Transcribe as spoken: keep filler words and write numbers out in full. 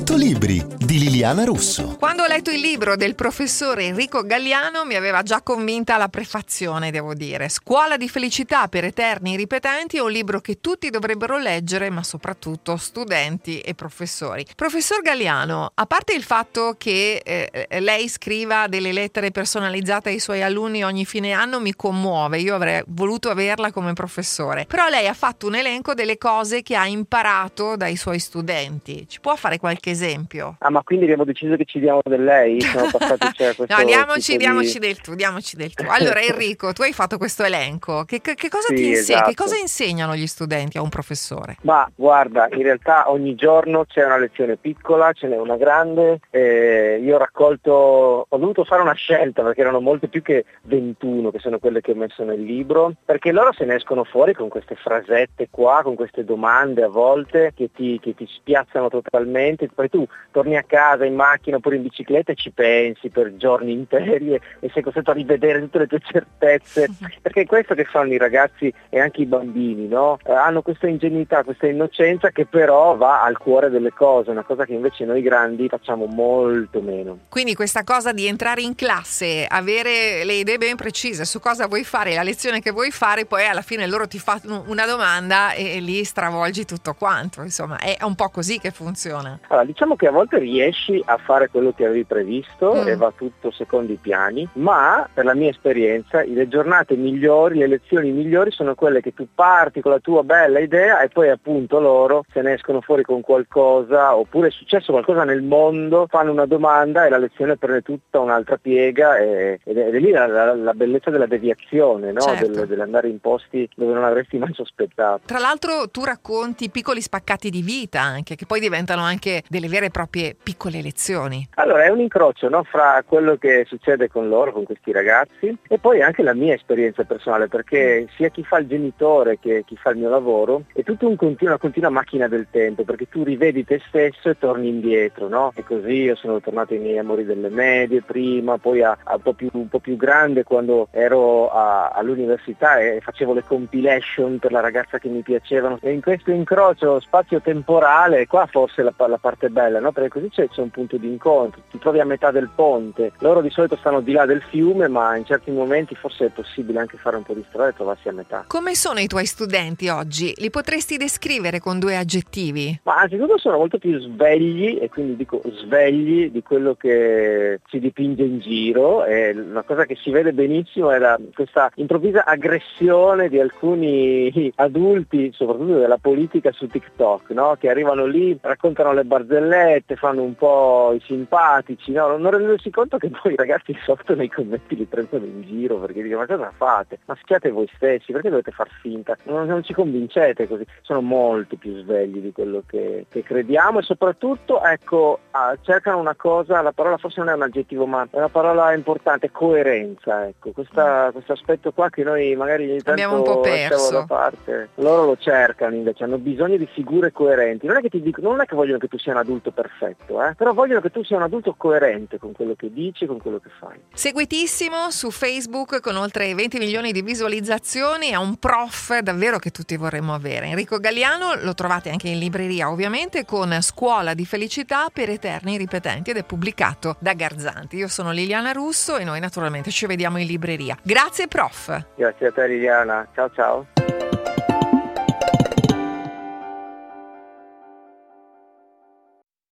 cento libri di Liliana Russo. Quando ho letto il libro del professore Enrico Galliano mi aveva già convinta la prefazione, devo dire. Scuola di felicità per eterni ripetenti è un libro che tutti dovrebbero leggere, ma soprattutto studenti e professori. Professor Galliano, a parte il fatto che eh, lei scriva delle lettere personalizzate ai suoi alunni ogni fine anno, mi commuove, io avrei voluto averla come professore, però lei ha fatto un elenco delle cose che ha imparato dai suoi studenti. Ci può fare qualche esempio? Ah, ma quindi abbiamo deciso che ci diamo del lei? Siamo passati, cioè, questo no, diamoci, tipo diamoci di... del tu, diamoci del tu. Allora Enrico, tu hai fatto questo elenco. Che, che, che cosa Sì, ti insegna? esatto. Che cosa insegnano gli studenti a un professore? Ma guarda, in realtà ogni giorno c'è una lezione piccola, ce n'è una grande. Eh, io ho raccolto, ho dovuto fare una scelta perché erano molte più che ventuno, che sono quelle che ho messo nel libro, perché loro se ne escono fuori con queste frasette qua, con queste domande a volte che ti, che ti spiazzano totalmente. Poi tu torni a casa in macchina oppure in bicicletta e ci pensi per giorni interi e, e sei costretto a rivedere tutte le tue certezze, perché è questo che fanno i ragazzi e anche i bambini, no? Eh, hanno questa ingenuità, questa innocenza che però va al cuore delle cose, una cosa che invece noi grandi facciamo molto meno. Quindi questa cosa di entrare in classe, avere le idee ben precise su cosa vuoi fare, la lezione che vuoi fare, poi alla fine loro ti fanno una domanda e, e lì stravolgi tutto quanto, insomma è un po' così che funziona. Allora, diciamo che a volte riesci a fare quello che avevi previsto Mm. e va tutto secondo i piani, ma per la mia esperienza le giornate migliori, le lezioni migliori sono quelle che tu parti con la tua bella idea e poi appunto loro se ne escono fuori con qualcosa, oppure è successo qualcosa nel mondo, fanno una domanda e la lezione prende tutta un'altra piega e, ed, è, ed è lì la, la, la bellezza della deviazione, no? Certo. Del, dell'andare in posti dove non avresti mai sospettato. Tra l'altro tu racconti piccoli spaccati di vita anche, che poi diventano anche delle vere e proprie piccole lezioni. Allora è un incrocio, no, fra quello che succede con loro, con questi ragazzi, e poi anche la mia esperienza personale, perché sia chi fa il genitore che chi fa il mio lavoro è tutto un continuo, una continua macchina del tempo, perché tu rivedi te stesso e torni indietro, no? E così io sono tornato ai miei amori delle medie prima, poi a, a un, po più, un po' più grande quando ero a, all'università e facevo le compilation per la ragazza che mi piacevano, e in questo incrocio spazio-temporale qua forse la, la parte bella, no? Perché così c'è, c'è un punto di incontro, ti trovi a metà del ponte, loro di solito stanno di là del fiume, ma in certi momenti forse è possibile anche fare un po' di strada e trovarsi a metà. Come sono i tuoi studenti oggi? Li potresti descrivere con due aggettivi? Ma anzitutto sono molto più svegli, e quindi dico svegli di quello che si dipinge in giro, e una cosa che si vede benissimo è la, questa improvvisa aggressione di alcuni adulti, soprattutto della politica, su TikTok, no? Che arrivano lì, raccontano le barzellette, fanno un po' i simpatici, no? Non rendendosi conto che poi i ragazzi sotto nei commenti li prendono in giro perché dicono: ma cosa fate? Ma siate voi stessi, perché dovete far finta? Non, non ci convincete così. Sono molto più svegli di quello che, che crediamo, e soprattutto ecco ah, cercano una cosa, la parola forse non è un aggettivo ma è una parola importante, coerenza, ecco, questa, questo aspetto qua che noi magari ogni tanto abbiamo un po' lasciamo perso da parte. Loro lo cercano invece, hanno bisogno di figure coerenti. Non è che ti dicono, non è che vogliono che tu sia un adulto perfetto, eh? Però vogliono che tu sia un adulto coerente con quello che dici, con quello che fai. Seguitissimo su Facebook con oltre venti milioni di visualizzazioni, è un prof davvero che tutti vorremmo avere. Enrico Galliano lo trovate anche in libreria ovviamente con Scuola di felicità per eterni ripetenti ed è pubblicato da Garzanti. Io sono Liliana Russo e noi naturalmente ci vediamo in libreria. Grazie prof. Grazie a te Liliana, ciao ciao.